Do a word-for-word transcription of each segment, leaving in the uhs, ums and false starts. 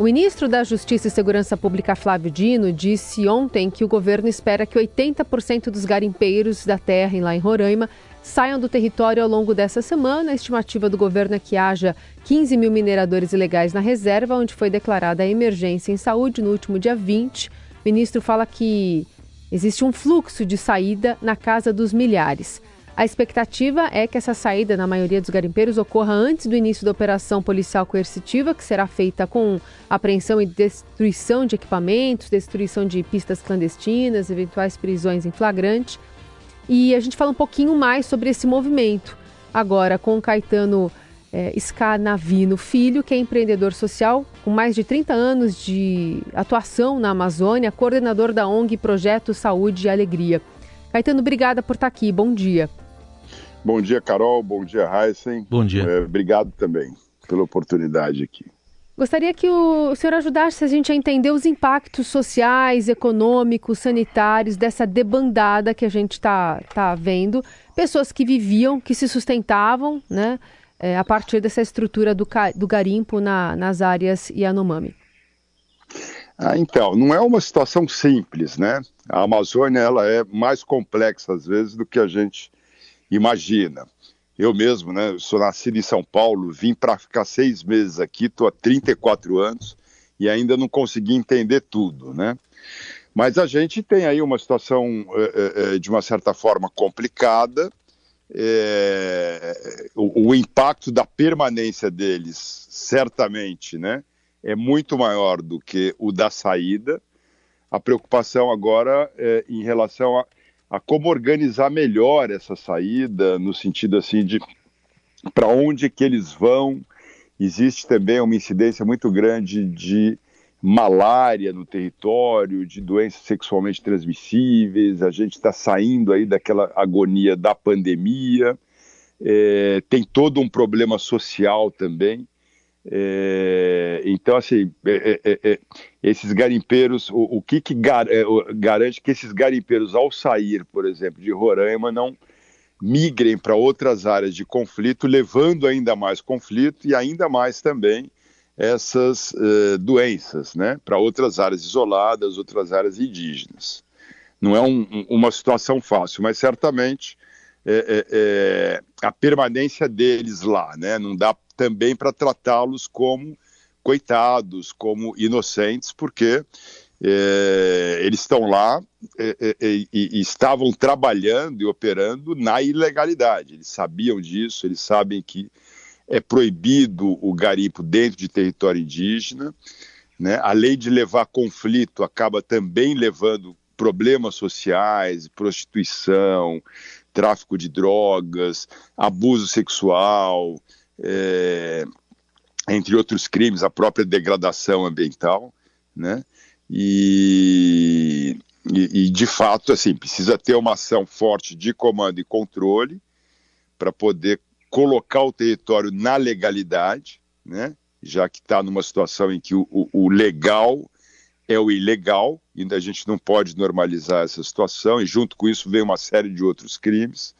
O ministro da Justiça e Segurança Pública, Flávio Dino, disse ontem que o governo espera que oitenta por cento dos garimpeiros da terra lá em Roraima saiam do território ao longo dessa semana. A estimativa do governo é que haja quinze mil mineradores ilegais na reserva, onde foi declarada a emergência em saúde no último dia vinte. O ministro fala que existe um fluxo de saída na casa dos milhares. A expectativa é que essa saída, na maioria dos garimpeiros, ocorra antes do início da operação policial coercitiva, que será feita com apreensão e destruição de equipamentos, destruição de pistas clandestinas, eventuais prisões em flagrante. E a gente fala um pouquinho mais sobre esse movimento agora com o Caetano é, Scanavino Filho, que é empreendedor social com mais de trinta anos de atuação na Amazônia, coordenador da O N G Projeto Saúde e Alegria. Caetano, obrigada por estar aqui. Bom dia. Bom dia, Carol. Bom dia, Heisen. Bom dia. É, obrigado também pela oportunidade aqui. Gostaria que o senhor ajudasse a gente a entender os impactos sociais, econômicos, sanitários dessa debandada que a gente está tá vendo. Pessoas que viviam, que se sustentavam, né, é, a partir dessa estrutura do, do garimpo na, nas áreas Yanomami. Ah, então, não é uma situação simples, né? A Amazônia ela é mais complexa, às vezes, do que a gente imagina. Eu mesmo, né, sou nascido em São Paulo, vim para ficar seis meses aqui, estou há trinta e quatro anos e ainda não consegui entender tudo, né? Mas a gente tem aí uma situação, é, é, de uma certa forma, complicada. É, o, o impacto da permanência deles, certamente, né, é muito maior do que o da saída. A preocupação agora é em relação a a como organizar melhor essa saída, no sentido assim de para onde que eles vão. Existe também uma incidência muito grande de malária no território, de doenças sexualmente transmissíveis. A gente está saindo aí daquela agonia da pandemia, é, tem todo um problema social também. É, então, assim, é, é, é, esses garimpeiros, o, o que, que gar, é, garante que esses garimpeiros, ao sair, por exemplo, de Roraima, não migrem para outras áreas de conflito, levando ainda mais conflito e ainda mais também essas uh, doenças, né, para outras áreas isoladas, outras áreas indígenas. Não é um, uma situação fácil, mas certamente é, é, é, a permanência deles lá, né, não dá também para tratá-los como coitados, como inocentes, porque é, eles estão lá é, é, e, e estavam trabalhando e operando na ilegalidade. Eles sabiam disso, eles sabem que é proibido o garimpo dentro de território indígena, né? Além de levar conflito, acaba também levando problemas sociais, prostituição, tráfico de drogas, abuso sexual, É, entre outros crimes, a própria degradação ambiental, né? E, e, e de fato, assim, precisa ter uma ação forte de comando e controle para poder colocar o território na legalidade, né? Já que está numa situação em que o, o, o legal é o ilegal, e a gente não pode normalizar essa situação, e junto com isso vem uma série de outros crimes.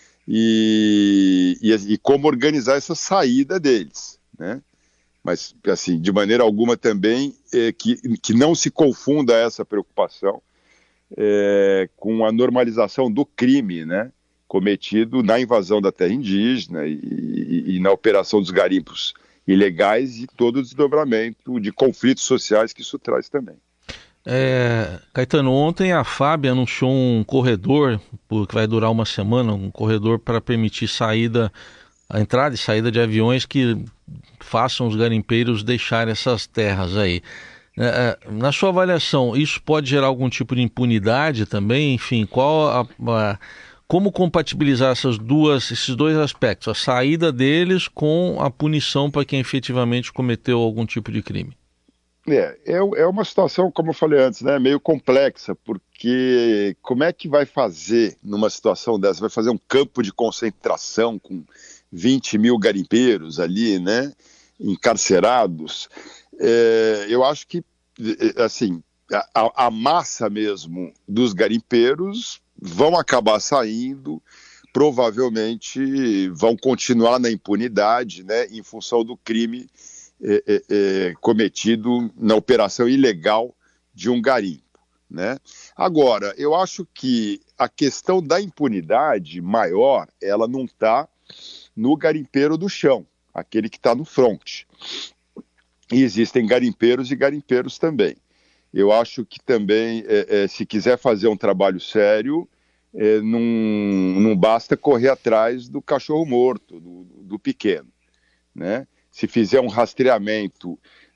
E, e, e como organizar essa saída deles, né? Mas, assim, de maneira alguma também é, que, que não se confunda essa preocupação é, com a normalização do crime, né, cometido na invasão da terra indígena e, e, e na operação dos garimpos ilegais e todo o desdobramento de conflitos sociais que isso traz também. É, Caetano, ontem a F A B anunciou um corredor que vai durar uma semana, um corredor para permitir saída, a entrada e saída de aviões que façam os garimpeiros deixarem essas terras aí. É, na sua avaliação, isso pode gerar algum tipo de impunidade também? Enfim, qual a, a, como compatibilizar essas duas, esses dois aspectos, a saída deles com a punição para quem efetivamente cometeu algum tipo de crime? É, é, é uma situação, como eu falei antes, né, meio complexa, porque como é que vai fazer numa situação dessa? Vai fazer um campo de concentração com vinte mil garimpeiros ali, né, encarcerados? É, eu acho que, assim, a, a massa mesmo dos garimpeiros vão acabar saindo, provavelmente vão continuar na impunidade, né, em função do crime é, é, é, cometido na operação ilegal de um garimpo, né? Agora, eu acho que a questão da impunidade maior, ela não está no garimpeiro do chão, aquele que está no front. E existem garimpeiros e garimpeiros também. Eu acho que também, é, é, se quiser fazer um trabalho sério, é, não, não basta correr atrás do cachorro morto, do, do pequeno, né? Se fizer um rastreamento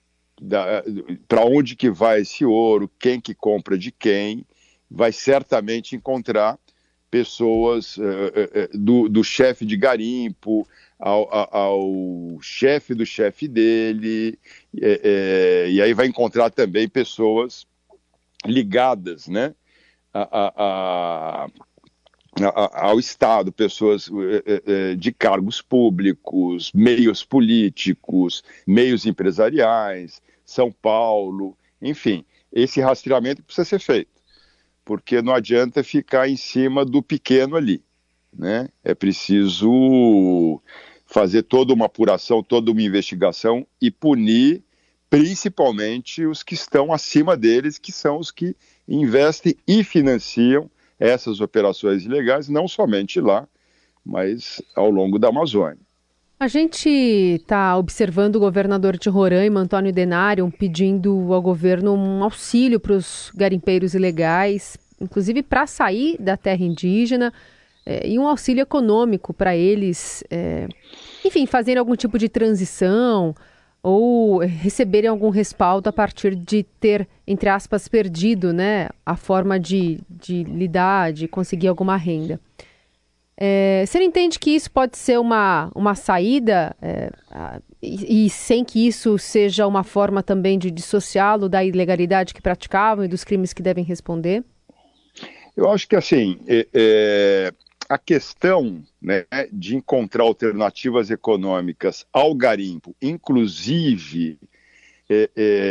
para onde que vai esse ouro, quem que compra de quem, vai certamente encontrar pessoas uh, uh, do, do chefe de garimpo ao, ao, ao chefe do chefe dele, é, é, e aí vai encontrar também pessoas ligadas, né, a, a, a, ao Estado, pessoas uh, de cargos públicos, meios políticos, meios empresariais, São Paulo, enfim, esse rastreamento precisa ser feito, porque não adianta ficar em cima do pequeno ali, né? É preciso fazer toda uma apuração, toda uma investigação e punir principalmente os que estão acima deles, que são os que investem e financiam essas operações ilegais, não somente lá, mas ao longo da Amazônia. A gente está observando o governador de Roraima, Antônio Denário, pedindo ao governo um auxílio para os garimpeiros ilegais, inclusive para sair da terra indígena, é, e um auxílio econômico para eles, é, enfim, fazerem algum tipo de transição ou receberem algum respaldo a partir de ter, entre aspas, perdido, né, a forma de, de lidar, de conseguir alguma renda. É, você não entende que isso pode ser uma, uma saída é, a, e, e sem que isso seja uma forma também de dissociá-lo da ilegalidade que praticavam e dos crimes que devem responder? Eu acho que assim, é, é, a questão, né, de encontrar alternativas econômicas ao garimpo, inclusive é,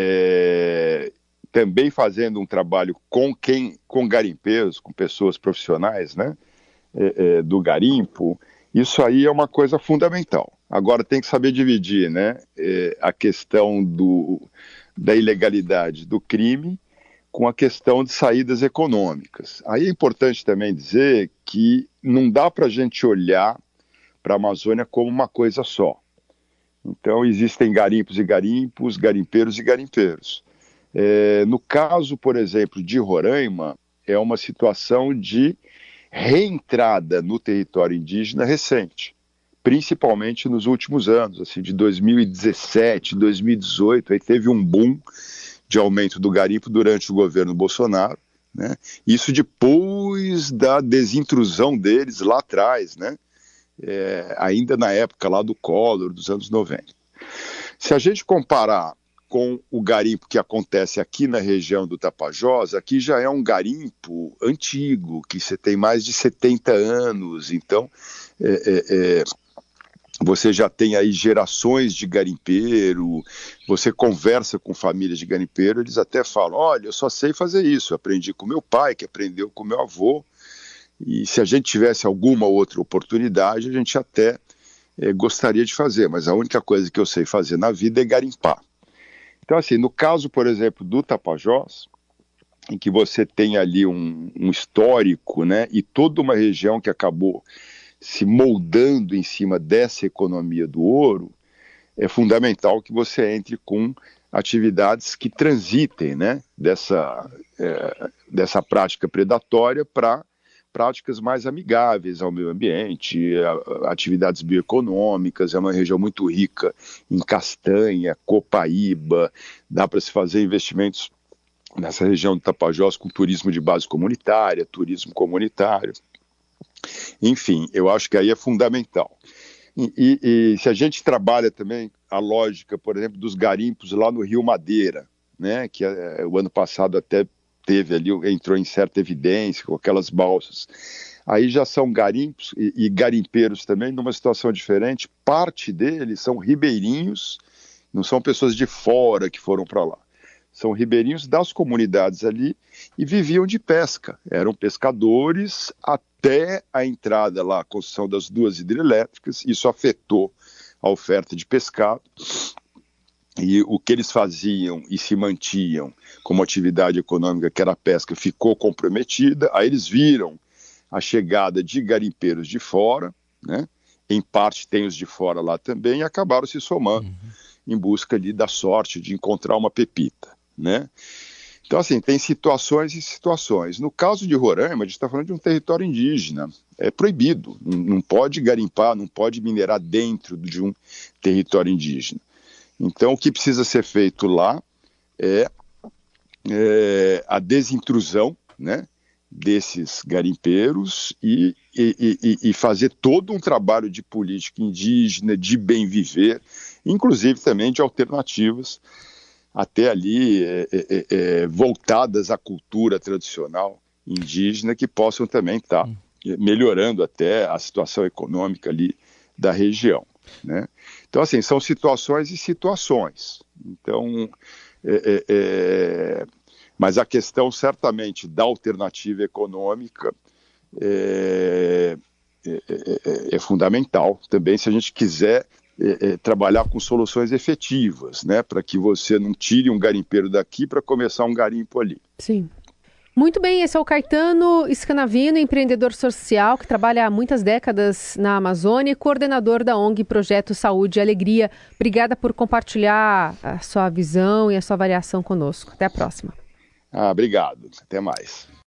é, também fazendo um trabalho com quem, com garimpeiros, com pessoas profissionais, né? É, é, do garimpo, isso aí é uma coisa fundamental. Agora tem que saber dividir, né, é, a questão do, da ilegalidade do crime com a questão de saídas econômicas. Aí é importante também dizer que não dá para a gente olhar para a Amazônia como uma coisa só. Então existem garimpos e garimpos, garimpeiros e garimpeiros. É, no caso, por exemplo, de Roraima, é uma situação de reentrada no território indígena recente, principalmente nos últimos anos, assim, de dois mil e dezessete, dois mil e dezoito, aí teve um boom de aumento do garimpo durante o governo Bolsonaro, né? Isso depois da desintrusão deles lá atrás, né? É, ainda na época lá do Collor, dos anos noventa. Se a gente comparar com o garimpo que acontece aqui na região do Tapajós, aqui já é um garimpo antigo, que você tem mais de setenta anos, então é, é, é, você já tem aí gerações de garimpeiro, você conversa com famílias de garimpeiro, eles até falam, olha, eu só sei fazer isso, eu aprendi com meu pai, que aprendeu com meu avô, e se a gente tivesse alguma outra oportunidade, a gente até é, gostaria de fazer, mas a única coisa que eu sei fazer na vida é garimpar. Então, assim, no caso, por exemplo, do Tapajós, em que você tem ali um, um histórico, né, e toda uma região que acabou se moldando em cima dessa economia do ouro, é fundamental que você entre com atividades que transitem, né, dessa, é, dessa prática predatória para práticas mais amigáveis ao meio ambiente, atividades bioeconômicas. É uma região muito rica em castanha, copaíba, dá para se fazer investimentos nessa região do Tapajós com turismo de base comunitária, turismo comunitário. Enfim, eu acho que aí é fundamental. E, e, e se a gente trabalha também a lógica, por exemplo, dos garimpos lá no Rio Madeira, né, que é, o ano passado até teve ali, entrou em certa evidência com aquelas balsas. Aí já são garimpos e, e garimpeiros também numa situação diferente. Parte deles são ribeirinhos, não são pessoas de fora que foram para lá. São ribeirinhos das comunidades ali e viviam de pesca. Eram pescadores até a entrada lá, a construção das duas hidrelétricas. Isso afetou a oferta de pescado. e o que eles faziam e se mantinham como atividade econômica, que era a pesca, ficou comprometida. Aí eles viram a chegada de garimpeiros de fora, né? Em parte tem os de fora lá também, e acabaram se somando uhum. em busca ali da sorte de encontrar uma pepita, né? Então, assim, tem situações e situações. No caso de Roraima, a gente está falando de um território indígena, é proibido, não pode garimpar, não pode minerar dentro de um território indígena. Então, o que precisa ser feito lá é, é a desintrusão, né, desses garimpeiros e, e, e, e fazer todo um trabalho de política indígena, de bem viver, inclusive também de alternativas, até ali é, é, é, voltadas à cultura tradicional indígena, que possam também estar melhorando até a situação econômica ali da região, né? Então, assim, são situações e situações. Então, é, é, é, mas a questão, certamente, da alternativa econômica é, é, é, é fundamental também, se a gente quiser é, é, trabalhar com soluções efetivas, né, para que você não tire um garimpeiro daqui para começar um garimpo ali. Sim. Muito bem, esse é o Caetano Scanavino, empreendedor social que trabalha há muitas décadas na Amazônia e coordenador da O N G Projeto Saúde e Alegria. Obrigada por compartilhar a sua visão e a sua avaliação conosco. Até a próxima. Ah, obrigado. Até mais.